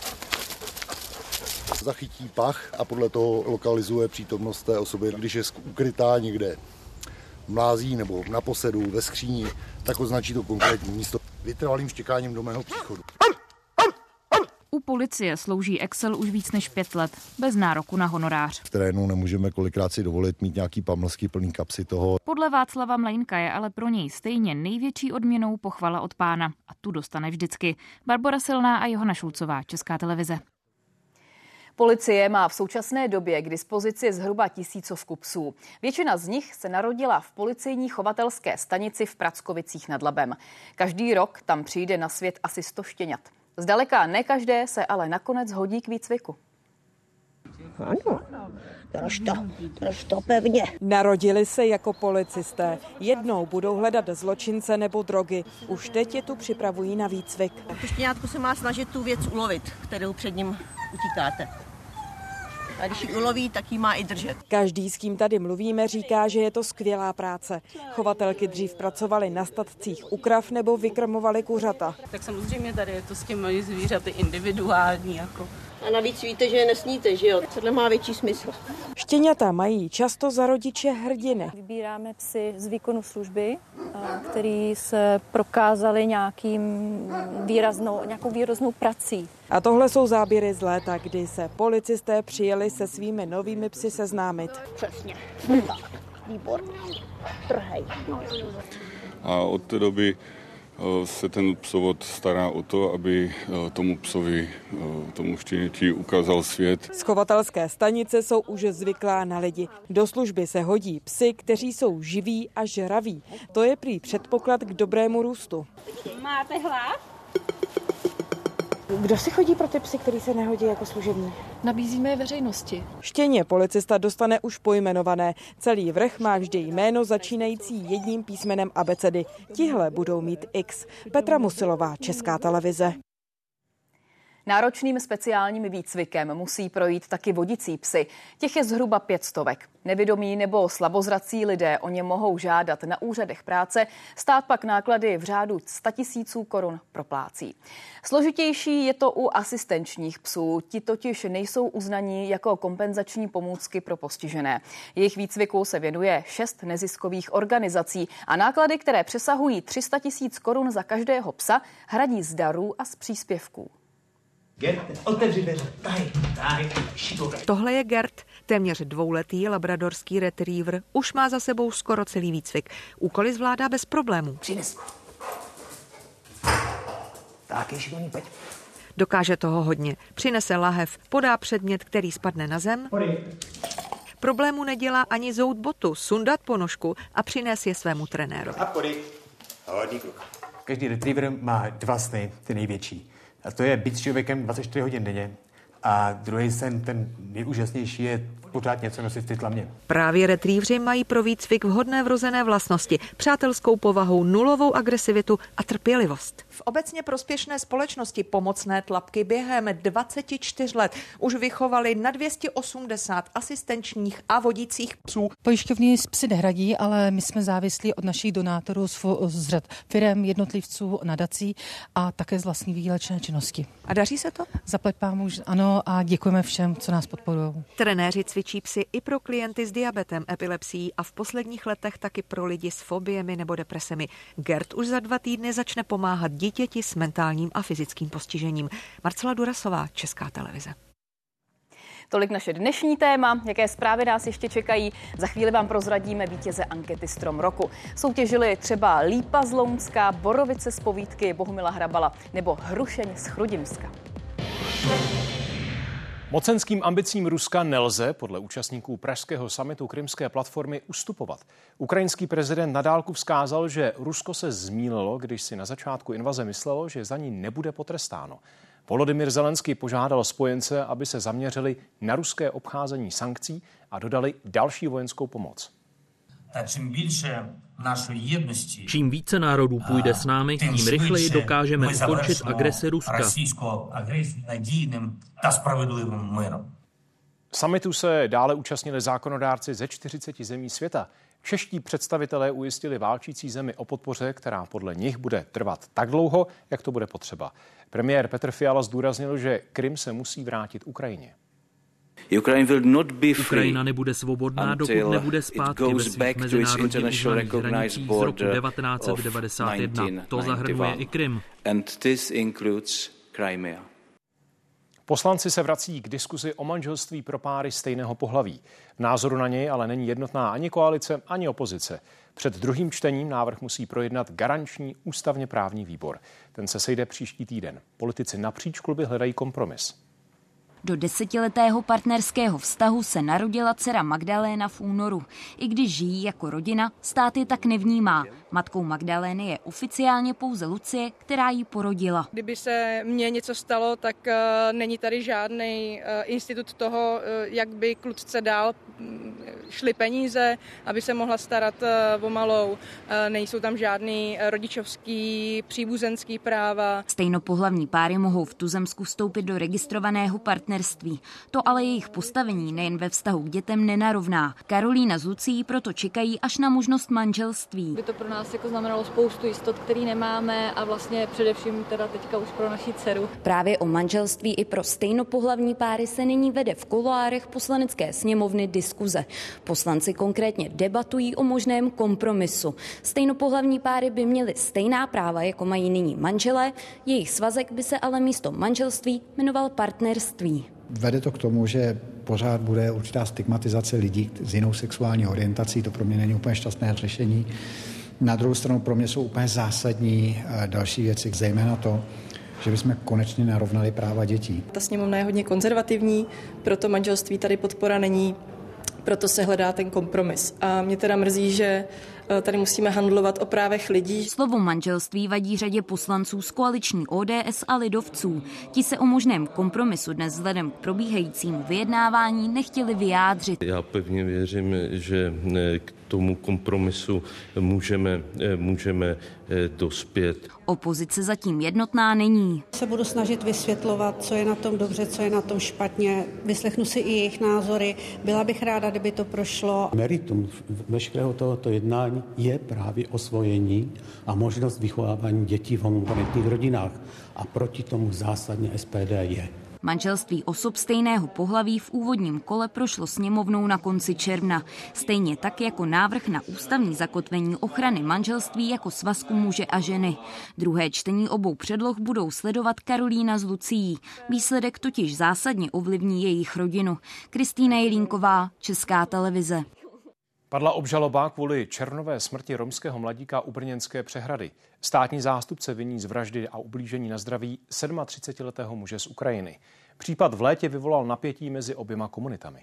Zachytí pach a podle toho lokalizuje přítomnost té osoby, když je ukrytá někde v mlází nebo na posedu, ve skříni, tak označí to konkrétní místo vytrvalým štěkáním do mého příchodu. U policie slouží Excel už víc než 5 let, bez nároku na honorář. V terénu nemůžeme kolikrát si dovolit mít nějaký pamlsky plný kapsy toho. Podle Václava Mlejnka je ale pro něj stejně největší odměnou pochvala od pána. A tu dostane vždycky. Barbora Silná a Johana Šulcová, Česká televize. Policie má v současné době k dispozici zhruba 1000 psů. Většina z nich se narodila v policejní chovatelské stanici v Prackovicích nad Labem. Každý rok tam přijde na svět asi 100 štěňat. Zdaleka ne každé se ale nakonec hodí k výcviku. Ano, drž to pevně. Narodili se jako policisté. Jednou budou hledat zločince nebo drogy. Už teď je tu připravují na výcvik. Štěňátko se má snažit tu věc ulovit, kterou před ním utíkáte. A když ji uloví, tak ji má i držet. Každý, s kým tady mluvíme, říká, že je to skvělá práce. Chovatelky dřív pracovaly na statcích u krav nebo vykrmovali kuřata. Tak samozřejmě tady je to s těmi zvířaty individuální. Jako. A navíc víte, že je nesníte, že jo? Tohle má větší smysl. Štěňata mají často za rodiče hrdiny. Vybíráme psy z výkonu služby, který se prokázali nějakou výraznou prací. A tohle jsou záběry z léta, kdy se policisté přijeli se svými novými psy seznámit. Přesně. Výborně. Trhej. A od té doby se ten psovod stará o to, aby tomu psovi, tomu štěněti ukázal svět. Z chovatelské stanice jsou už zvyklá na lidi. Do služby se hodí psy, kteří jsou živí a žraví. To je prý předpoklad k dobrému růstu. Máte hlad? Kdo si chodí pro ty psy, který se nehodí jako služební? Nabízíme je veřejnosti. Štěně policista dostane už pojmenované. Celý vrch má vždy jméno začínající jedním písmenem abecedy. Tihle budou mít X. Petra Musilová, Česká televize. Náročným speciálním výcvikem musí projít taky vodicí psy. Těch je zhruba 500. Nevidomí nebo slabozrací lidé o ně mohou žádat na úřadech práce, stát pak náklady v řádu 100 000 korun proplácí. Složitější je to u asistenčních psů. Ti totiž nejsou uznaní jako kompenzační pomůcky pro postižené. Jejich výcviku se věnuje 6 neziskových organizací a náklady, které přesahují 300 000 korun za každého psa, hradí z darů a z příspěvků. Gert, otevři dveře. Tady, šikovej. Tohle je Gert, téměř 2letý labradorský retriever. Už má za sebou skoro celý výcvik. Úkoly zvládá bez problémů. Přines. Tak, je šikovný, pojď. Dokáže toho hodně. Přinese lahev, podá předmět, který spadne na zem. Problému nedělá ani zout botu, sundat ponožku a přinést je svému trenérovi. A pojď. Hodný kluk. Každý retriever má 2 sny, ty největší. A to je být s člověkem 24 hodin denně. A druhý sen, ten nejúžasnější, je pořád něco nosit v té tlamě. Právě retrievři mají pro výcvik vhodné vrozené vlastnosti, přátelskou povahu, nulovou agresivitu a trpělivost. V obecně prospěšné společnosti Pomocné tlapky během 24 let už vychovali na 280 asistenčních a vodících psů. Pojišťovny psy nehradí, ale my jsme závislí od našich donátorů z řad firem, jednotlivců, nadací a také z vlastní výdělečné činnosti. A daří se to? Zaplať pámu, ano, a děkujeme všem, co nás podporují. Trenéři cvičí psy i pro klienty s diabetem, epilepsií a v posledních letech taky pro lidi s fobiemi nebo depresemi. Gert už za 2 týdny začne pomáhat dítěti s mentálním a fyzickým postižením. Marcela Durasová, Česká televize. Tolik naše dnešní téma. Jaké zprávy nás ještě čekají? Za chvíli vám prozradíme vítěze ankety Strom roku. Soutěžili třeba Lípa z Lounska, Borovice z Povídky Bohumila Hrabala nebo Hrušeň z Chrudimska. Mocenským ambicím Ruska nelze podle účastníků pražského summitu Krymské platformy ustupovat. Ukrajinský prezident na dálku vzkázal, že Rusko se zmýlilo, když si na začátku invaze myslelo, že za ní nebude potrestáno. Volodymyr Zelenský požádal spojence, aby se zaměřili na ruské obcházení sankcí a dodali další vojenskou pomoc. Čím více národů půjde s námi, tím rychleji dokážeme ukončit agresi Ruska. Summitu se dále účastnili zákonodárci ze 40 zemí světa. Čeští představitelé ujistili válčící zemi o podpoře, která podle nich bude trvat tak dlouho, jak to bude potřeba. Premiér Petr Fiala zdůraznil, že Krym se musí vrátit Ukrajině. Ukrajina nebude svobodná, dokud nebude zpátky ve svých mezinárodně uznaných hranicích z roku 1991. To zahrnuje i Krym. Poslanci se vrací k diskuzi o manželství pro páry stejného pohlaví. V názoru na něj ale není jednotná ani koalice, ani opozice. Před druhým čtením návrh musí projednat garanční ústavně právní výbor. Ten se sejde příští týden. Politici napříč kluby hledají kompromis. Do 10letého partnerského vztahu se narodila dcera Magdaléna v únoru. I když žijí jako rodina, stát je tak nevnímá. Matkou Magdalény je oficiálně pouze Lucie, která ji porodila. Kdyby se mně něco stalo, tak není tady žádný institut toho, jak by klutce dál šly peníze, aby se mohla starat o malou. Nejsou tam žádný rodičovský, příbuzenský práva. Stejnopohlavní páry mohou v tuzemsku vstoupit do registrovaného partnerství. To ale jejich postavení nejen ve vztahu k dětem nenarovná. Karolína s Lucií proto čekají až na možnost manželství. By to pro nás jako znamenalo spoustu jistot, který nemáme a vlastně především teda teďka už pro naši dceru. Právě o manželství i pro stejnopohlavní páry se nyní vede v kuloárech Poslanecké sněmovny diskuze. Poslanci konkrétně debatují o možném kompromisu. Stejnopohlavní páry by měly stejná práva, jako mají nyní manželé, jejich svazek by se ale místo manželství jmenoval partnerství. Vede to k tomu, že pořád bude určitá stigmatizace lidí s jinou sexuální orientací, to pro mě není úplně šťastné řešení. Na druhou stranu pro mě jsou úplně zásadní další věci, zejména to, že bychom konečně narovnali práva dětí. Ta sněmovna je hodně konzervativní, proto manželství tady podpora není, proto se hledá ten kompromis. A mě teda mrzí, že tady musíme handlovat o právech lidí. Slovo manželství vadí řadě poslanců z koaliční ODS a lidovců. Ti se o možném kompromisu dnes vzhledem k probíhajícímu vyjednávání nechtěli vyjádřit. Já pevně věřím, že k tomu kompromisu můžeme dospět. Opozice zatím jednotná není. Se budu snažit vysvětlovat, co je na tom dobře, co je na tom špatně. Vyslechnu si i jejich názory. Byla bych ráda, kdyby to prošlo. Meritum veškerého tohoto jednání je právě osvojení a možnost vychovávání dětí v homoparitních rodinách. A proti tomu zásadně SPD je. Manželství osob stejného pohlaví v úvodním kole prošlo sněmovnou na konci června. Stejně tak jako návrh na ústavní zakotvení ochrany manželství jako svazku muže a ženy. Druhé čtení obou předloh budou sledovat Karolína s Lucií. Výsledek totiž zásadně ovlivní jejich rodinu. Kristýna Jelínková, Česká televize. Padla obžaloba kvůli červnové smrti romského mladíka u Brněnské Přehrady. Státní zástupce viní z vraždy a ublížení na zdraví 37letého muže z Ukrajiny. Případ v létě vyvolal napětí mezi oběma komunitami.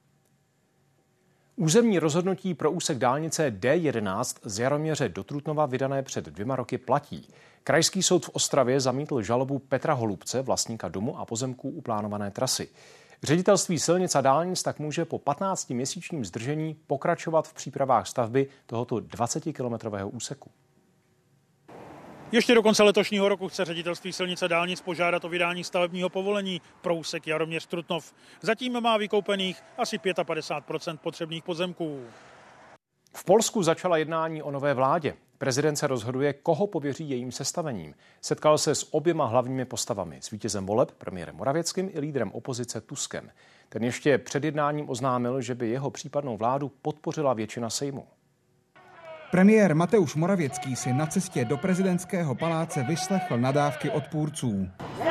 Územní rozhodnutí pro úsek dálnice D11 z Jaroměře do Trutnova vydané před 2 roky platí. Krajský soud v Ostravě zamítl žalobu Petra Holubce, vlastníka domu a pozemků u plánované trasy. Ředitelství silnic a dálnic tak může po 15měsíčním zdržení pokračovat v přípravách stavby tohoto 20kilometrového úseku. Ještě do konce letošního roku chce Ředitelství silnic a dálnic požádat o vydání stavebního povolení pro úsek Jaroměř-Trutnov. Zatím má vykoupených asi 55% potřebných pozemků. V Polsku začala jednání o nové vládě. Prezident se rozhoduje, koho pověří jejím sestavením. Setkal se s oběma hlavními postavami, s vítězem voleb, premiérem Morawieckým i lídrem opozice Tuskem. Ten ještě před jednáním oznámil, že by jeho případnou vládu podpořila většina Sejmu. Premiér Mateusz Morawiecký si na cestě do prezidentského paláce vyslechl nadávky odpůrců.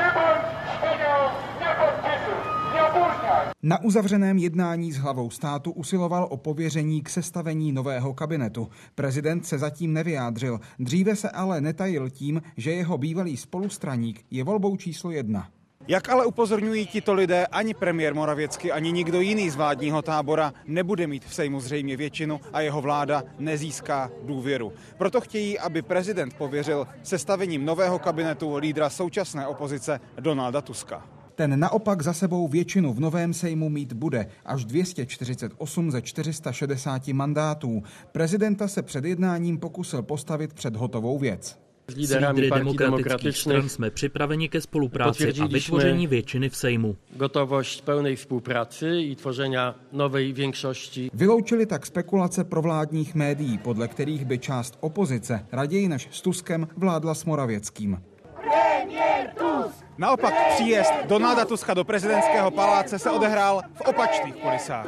Na uzavřeném jednání s hlavou státu usiloval o pověření k sestavení nového kabinetu. Prezident se zatím nevyjádřil, dříve se ale netajil tím, že jeho bývalý spolustraník je volbou číslo 1. Jak ale upozorňují tito lidé, ani premiér Morawiecký, ani nikdo jiný z vládního tábora nebude mít v Sejmu zřejmě většinu a jeho vláda nezíská důvěru. Proto chtějí, aby prezident pověřil sestavením nového kabinetu lídra současné opozice Donalda Tuska. Ten naopak za sebou většinu v novém Sejmu mít bude, až 248 ze 460 mandátů. Prezidenta se před jednáním pokusil postavit před hotovou věc. S lídry demokratických stran jsme připraveni ke spolupráci a vytvoření většiny v Sejmu. Gotovost plnej spolupráci i tvoření nové většiny. Vyloučili tak spekulace provládních médií, podle kterých by část opozice raději než s Tuskem vládla s Morawieckým. Naopak příjezd Donalda Tuska do prezidentského paláce se odehrál v opačných kulisách.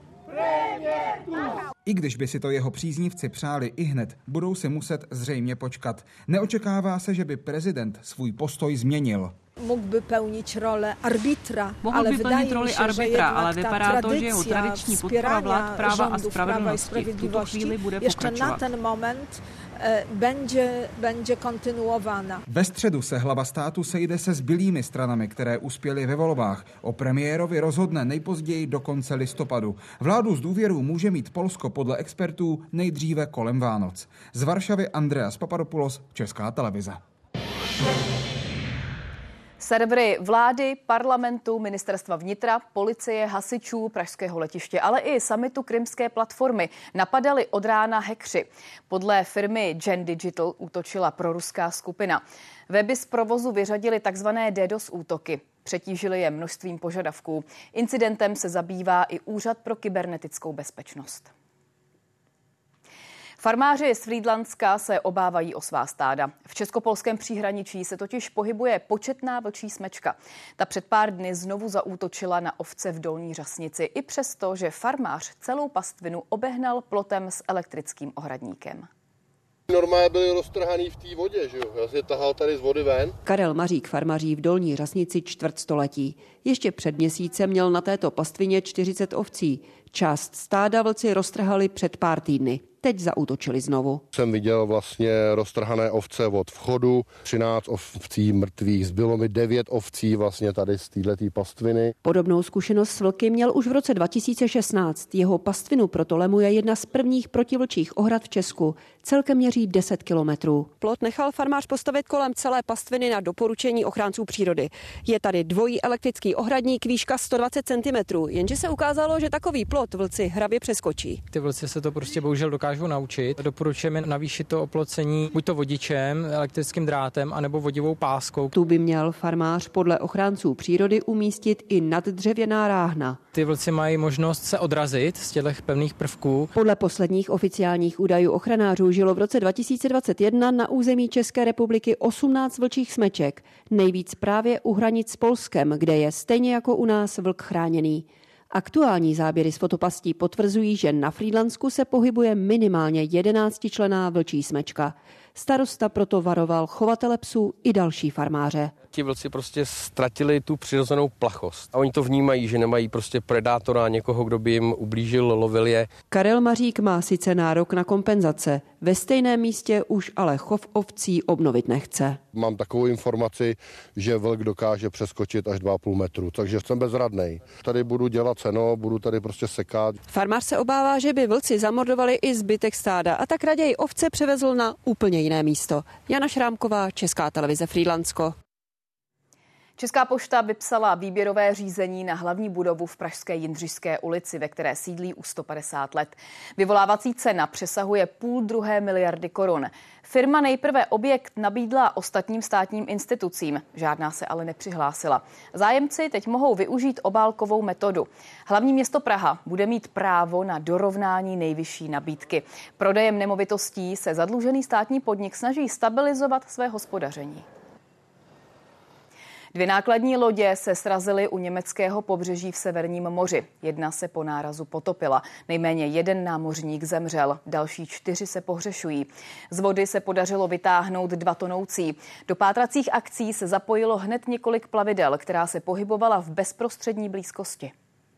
I když by si to jeho příznivci přáli ihned, budou si muset zřejmě počkat. Neočekává se, že by prezident svůj postoj změnil. Mohl by plnit roli arbitra, ale vypadá to, že jeho tradiční podpora vlád práva a spravedlnosti v tuto chvíli bude pokračovat. Ještě na ten moment będzie kontynuowana. Ve středu se hlava státu sejde se zbylými stranami, které uspěly ve volbách. O premiérovi rozhodne nejpozději do konce listopadu. Vládu z důvěru může mít Polsko podle expertů nejdříve kolem Vánoc. Z Varšavy Andreas Papadopoulos, Česká televize. Servery vlády, parlamentu, ministerstva vnitra, policie, hasičů, pražského letiště, ale i summitu Krymské platformy napadali od rána hackři. Podle firmy Gen Digital útočila proruská skupina. Weby z provozu vyřadili takzvané DDoS útoky. Přetížili je množstvím požadavků. Incidentem se zabývá i Úřad pro kybernetickou bezpečnost. Farmáři z Frýdlantska se obávají o svá stáda. V českopolském příhraničí se totiž pohybuje početná vlčí smečka. Ta před pár dny znovu zaútočila na ovce v Dolní Řasnici, i přesto, že farmář celou pastvinu obehnal plotem s elektrickým ohradníkem. Normálně byly roztrhaný v té vodě, že jo? Já si je tahal tady z vody ven. Karel Mařík farmaří v Dolní Řasnici čtvrtstoletí. Ještě před měsícem měl na této pastvině 40 ovcí. Část stáda vlci roztrhali před pár týdny. Teď zaútočili znovu. Jsem viděl vlastně roztrhané ovce od vchodu, 13 ovcí mrtvých, zbylo mi 9 ovcí vlastně tady z této pastviny. Podobnou zkušenost s vlky měl už v roce 2016. Jeho pastvinu proto lemuje jedna z prvních protivlčích ohrad v Česku. Celkem měří 10 kilometrů. Plot nechal farmář postavit kolem celé pastviny na doporučení ochránců přírody. Je tady dvojí elektrický ohradník, výška 120 cm, jenže se ukázalo, že takový plot vlci hravě přeskočí. Ty vlci se to prostě bohužel dokážou naučit. Doporučujeme navýšit to oplocení buď to vodičem, elektrickým drátem, anebo vodivou páskou. Tu by měl farmář podle ochránců přírody umístit i naddřevěná ráhna. Ty vlci mají možnost se odrazit z těch pevných prvků. Podle posledních oficiálních údajů ochranářů žilo v roce 2021 na území České republiky 18 vlčích smeček. Nejvíc právě u hranic s Polskem, kde je stejně jako u nás vlk chráněný. Aktuální záběry z fotopastí potvrzují, že na Frýdlantsku se pohybuje minimálně 11členná vlčí smečka. Starosta proto varoval chovatele psů i další farmáře. Ti vlci prostě ztratili tu přirozenou plachost. A oni to vnímají, že nemají prostě predátora, někoho, kdo by jim ublížil, lovil je. Karel Mařík má sice nárok na kompenzace. Ve stejném místě už ale chov ovcí obnovit nechce. Mám takovou informaci, že vlk dokáže přeskočit až 2,5 metru, takže jsem bezradnej. Tady budu dělat seno, budu tady prostě sekat. Farmář se obává, že by vlci zamordovali i zbytek stáda a tak raději ovce převezl na úplně jiné místo. Jana Šrámková, Česká televize Frýdlantsko. Česká pošta vypsala výběrové řízení na hlavní budovu v pražské Jindřišské ulici, ve které sídlí už 150 let. Vyvolávací cena přesahuje 1,5 miliardy korun. Firma nejprve objekt nabídla ostatním státním institucím, žádná se ale nepřihlásila. Zájemci teď mohou využít obálkovou metodu. Hlavní město Praha bude mít právo na dorovnání nejvyšší nabídky. Prodejem nemovitostí se zadlužený státní podnik snaží stabilizovat své hospodaření. 2 nákladní lodě se srazily u německého pobřeží v Severním moři. Jedna se po nárazu potopila. Nejméně 1 námořník zemřel, další 4 se pohřešují. Z vody se podařilo vytáhnout 2 tonoucí. Do pátracích akcí se zapojilo hned několik plavidel, která se pohybovala v bezprostřední blízkosti.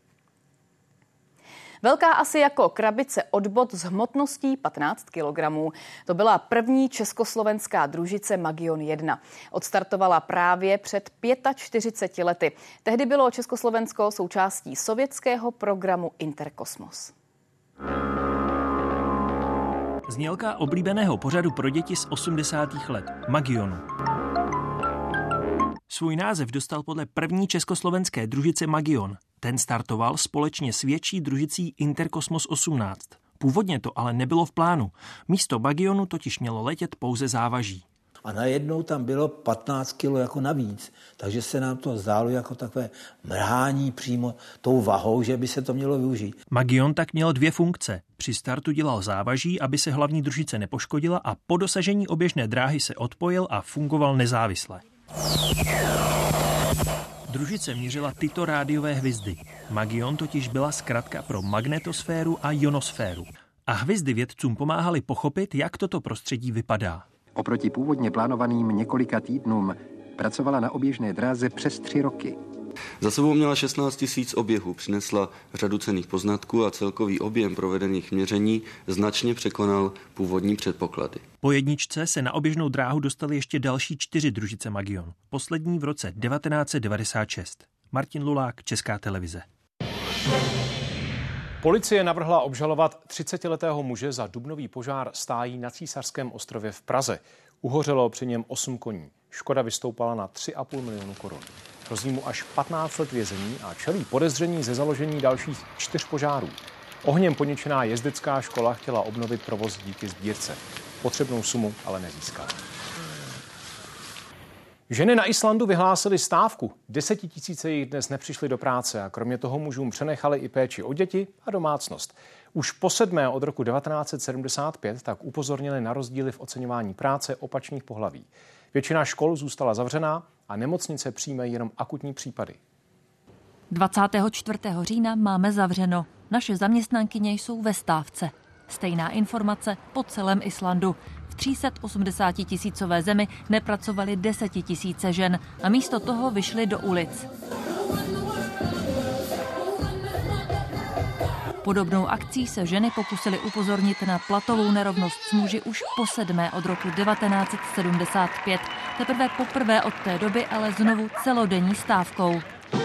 Velká asi jako krabice od bot s hmotností 15 kg. To byla první československá družice Magion 1. Odstartovala právě před 45 lety. Tehdy bylo Československo součástí sovětského programu Interkosmos. Znělka oblíbeného pořadu pro děti z 80. let Magionu. Svůj název dostal podle první československé družice Magion. Ten startoval společně s větší družicí Interkosmos 18. Původně to ale nebylo v plánu. Místo Magionu totiž mělo letět pouze závaží. A najednou tam bylo 15 kilo jako navíc, takže se nám to zdálo jako takové mrhání přímo tou vahou, že by se to mělo využít. Magion tak měl 2 funkce. Při startu dělal závaží, aby se hlavní družice nepoškodila, a po dosažení oběžné dráhy se odpojil a fungoval nezávisle. Družice měřila tyto rádiové hvězdy. Magion totiž byla zkratka pro magnetosféru a ionosféru. A hvězdy vědcům pomáhaly pochopit, jak toto prostředí vypadá. Oproti původně plánovaným několika týdnům pracovala na oběžné dráze přes 3 roky. Za sebou měla 16 000 oběhů, přinesla řadu cenných poznatků a celkový objem provedených měření značně překonal původní předpoklady. Po jedničce se na oběžnou dráhu dostaly ještě další 4 družice Magion. Poslední v roce 1996. Martin Lulák, Česká televize. Policie navrhla obžalovat 30letého muže za dubnový požár stájí na Císařském ostrově v Praze. Uhořelo při něm 8 koní. Škoda vystoupala na 3,5 milionu korun. Hrozí mu až 15 let vězení a čelí podezření ze založení dalších 4 požárů. Ohněm poničená jezdecká škola chtěla obnovit provoz díky sbírce. Potřebnou sumu ale nezískala. Ženy na Islandu vyhlásily stávku. 10 000 jich dnes nepřišly do práce a kromě toho mužům přenechali i péči o děti a domácnost. Už po 7. od roku 1975 tak upozornili na rozdíly v oceňování práce opačných pohlaví. Většina škol zůstala zavřená a nemocnice přijímají jenom akutní případy. 24. října máme zavřeno. Naše zaměstnankyně jsou ve stávce. Stejná informace po celém Islandu. V 380 000 zemi nepracovali 10 000 žen a místo toho vyšli do ulic. Podobnou akcí se ženy pokusily upozornit na platovou nerovnost s muži už po 7. od roku 1975. Teprve poprvé od té doby ale znovu celodenní stávkou.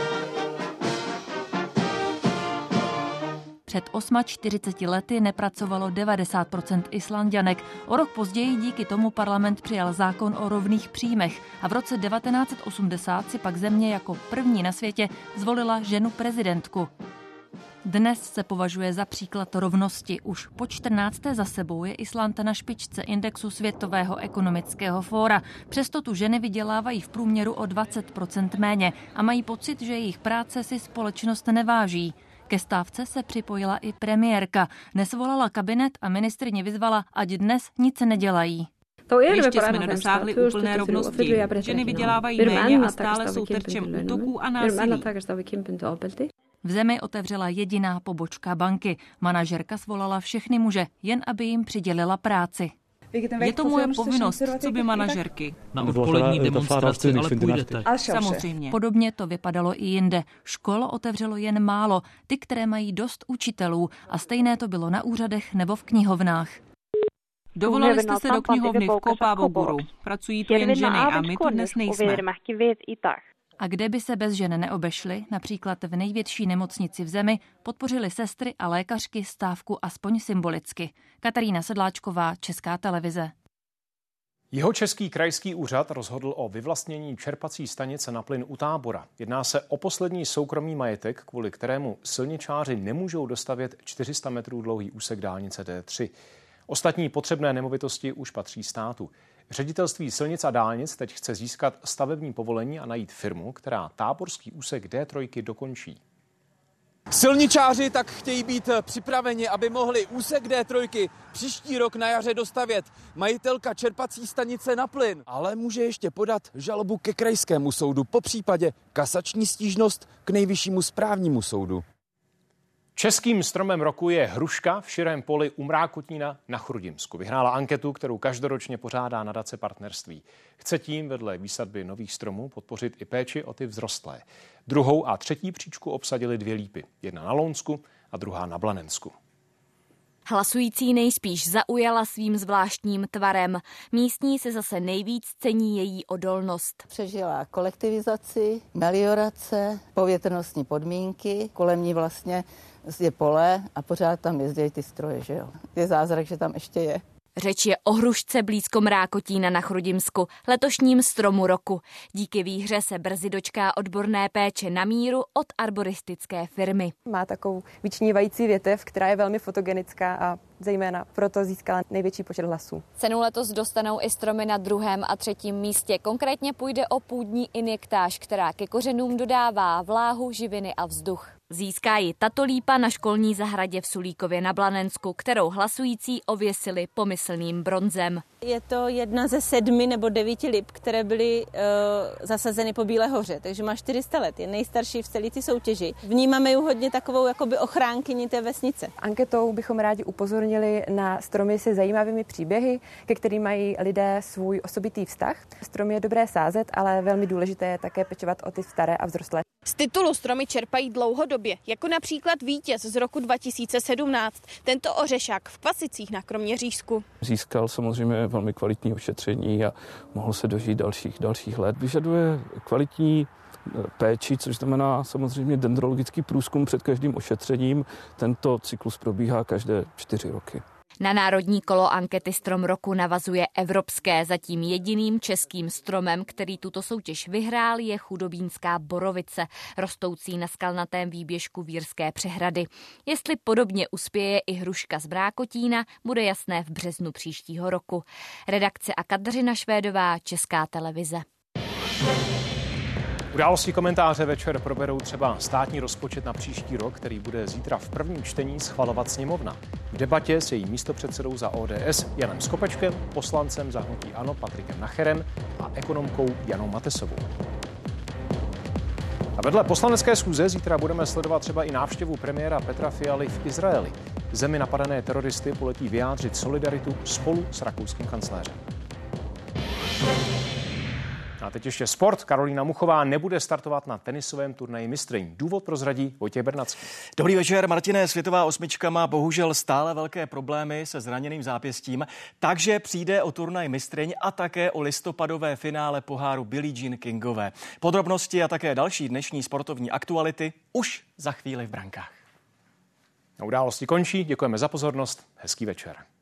Před 48 lety nepracovalo 90% Islanďanek. O rok později díky tomu parlament přijal zákon o rovných příjmech a v roce 1980 si pak země jako první na světě zvolila ženu prezidentku. Dnes se považuje za příklad rovnosti. Už po 14. za sebou je Island na špičce indexu Světového ekonomického fóra. Přesto tu ženy vydělávají v průměru o 20% méně a mají pocit, že jejich práce si společnost neváží. Ke stávce se připojila i premiérka. Nesvolala kabinet a ministryně vyzvala, ať dnes nic nedělají. Ještě jsme nedosáhli úplné rovnosti. Ženy vydělávají méně a stále jsou terčem útoků a násilí. V zemi otevřela jediná pobočka banky. Manažerka svolala všechny muže, jen aby jim přidělila práci. Je to moje povinnost, co by manažerky. Na odpolední demonstraci ale půjdete. Samozřejmě. Podobně to vypadalo i jinde. Škol otevřelo jen málo, ty, které mají dost učitelů, a stejné to bylo na úřadech nebo v knihovnách. Dovolali jste se do knihovny v Kopávogoru. Pracují tu jen ženy a my tu dnes nejsme. A kde by se bez žen neobešly, například v největší nemocnici v zemi, podpořili sestry a lékařky stávku aspoň symbolicky. Katarína Sedláčková, Česká televize. Jihočeský krajský úřad rozhodl o vyvlastnění čerpací stanice na plyn u Tábora. Jedná se o poslední soukromý majetek, kvůli kterému silničáři nemůžou dostavět 400 metrů dlouhý úsek dálnice D3. Ostatní potřebné nemovitosti už patří státu. Ředitelství silnic a dálnic teď chce získat stavební povolení a najít firmu, která táborský úsek D3 dokončí. Silničáři tak chtějí být připraveni, aby mohli úsek D3 příští rok na jaře dostavět. Majitelka čerpací stanice na plyn ale může ještě podat žalobu ke krajskému soudu, popřípadě kasační stížnost k nejvyššímu správnímu soudu. Českým stromem roku je hruška v širém poli u Mrákotína na Chrudimsku. Vyhrála anketu, kterou každoročně pořádá nadace Partnerství. Chce tím vedle výsadby nových stromů podpořit i péči o ty vzrostlé. Druhou a třetí příčku obsadily 2 lípy. Jedna na Lounsku a druhá na Blanensku. Hlasující nejspíš zaujala svým zvláštním tvarem. Místní se zase nejvíc cení její odolnost. Přežila kolektivizaci, meliorace, povětrnostní podmínky, kolem ní vlastně je pole a pořád tam jezdí ty stroje, že jo. Je zázrak, že tam ještě je. Řeč je o hrušce blízko Mrákotína na Chrudimsku, letošním stromu roku. Díky výhře se brzy dočká odborné péče na míru od arboristické firmy. Má takovou vyčnívající větev, která je velmi fotogenická a zejména proto získala největší počet hlasů. Cenu letos dostanou i stromy na 2. a 3. místě. Konkrétně půjde o půdní injektáž, která ke kořenům dodává vláhu, živiny a vzduch. Získá ji tato lípa na školní zahradě v Sulíkově na Blanensku, kterou hlasující ověsili pomyslným bronzem. Je to jedna ze 7 nebo 9 lip, které byly zasazeny po Bílé hoře, takže má 400 let, je nejstarší v celé té soutěži. Vnímáme ji hodně takovou jakoby ochránkyni té vesnice. Anketou bychom rádi upozornili na stromy se zajímavými příběhy, ke kterým mají lidé svůj osobitý vztah. Stromy je dobré sázet, ale velmi důležité je také pečovat o ty staré a vzrostlé. Z titulu stromy čerpají dlouhodobě, jako například vítěz z roku 2017, tento ořešák v Kvasicích na Kroměřížsku. Získal samozřejmě velmi kvalitní ošetření a mohl se dožít dalších let. Vyžaduje kvalitní péči, což znamená samozřejmě dendrologický průzkum před každým ošetřením. Tento cyklus probíhá každé 4 roky. Na národní kolo ankety Strom roku navazuje evropské. Zatím jediným českým stromem, který tuto soutěž vyhrál, je chudobínská borovice, rostoucí na skalnatém výběžku Vírské přehrady. Jestli podobně uspěje i hruška z Mrákotína, bude jasné v březnu příštího roku. Redakce a Kateřina Švédová, Česká televize. Události komentáře večer proberou třeba státní rozpočet na příští rok, který bude zítra v prvním čtení schvalovat sněmovna. V debatě s jejím místopředsedou za ODS Janem Skopečkem, poslancem za hnutí ANO Patrikem Nacherem a ekonomkou Janou Matesovou. A vedle poslanecké schůze zítra budeme sledovat třeba i návštěvu premiéra Petra Fialy v Izraeli. Zemi napadené teroristy poletí vyjádřit solidaritu spolu s rakouským kancléřem. A teď ještě sport. Karolína Muchová nebude startovat na tenisovém turnaji mistryň. Důvod prozradí Vojtěch Bernacký. Dobrý večer, Martine. Světová osmička má bohužel stále velké problémy se zraněným zápěstím, takže přijde o turnaj mistryň a také o listopadové finále poháru Billie Jean Kingové. Podrobnosti a také další dnešní sportovní aktuality už za chvíli v brankách. Na události končí. Děkujeme za pozornost. Hezký večer.